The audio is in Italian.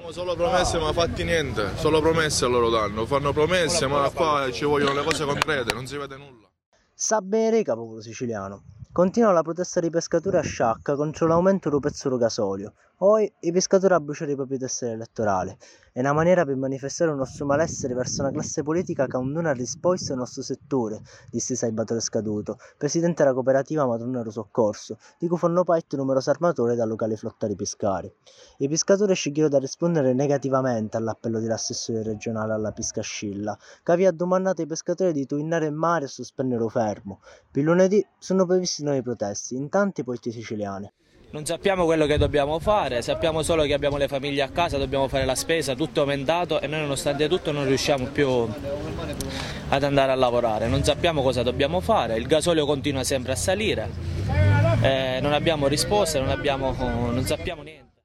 Solo promesse ma fatti niente, solo promesse loro danno, fanno promesse ma qua ci vogliono le cose concrete, non si vede nulla. Sabbereca, popolo siciliano. Continua la protesta dei pescatori a Sciacca contro l'aumento del prezzo del gasolio. Poi i pescatori a bruciare i propri tesseri elettorali. È una maniera per manifestare il nostro malessere verso una classe politica che non ha risposto al nostro settore, disse Salvatore Scaduto, presidente della cooperativa Madonnero Soccorso, di cui fanno parte numerosi armatori da locali flottari pescari. I pescatori sceglierono di rispondere negativamente all'appello dell'assessore regionale alla pesca Scilla, che aveva domandato ai pescatori di tornare in mare e sospendere il fermo. Per lunedì sono previsti nuovi protesti in tanti porti siciliani. Non sappiamo quello che dobbiamo fare, sappiamo solo che abbiamo le famiglie a casa, dobbiamo fare la spesa, tutto è aumentato e noi nonostante tutto non riusciamo più ad andare a lavorare. Non sappiamo cosa dobbiamo fare, il gasolio continua sempre a salire, non abbiamo risposte, non sappiamo niente.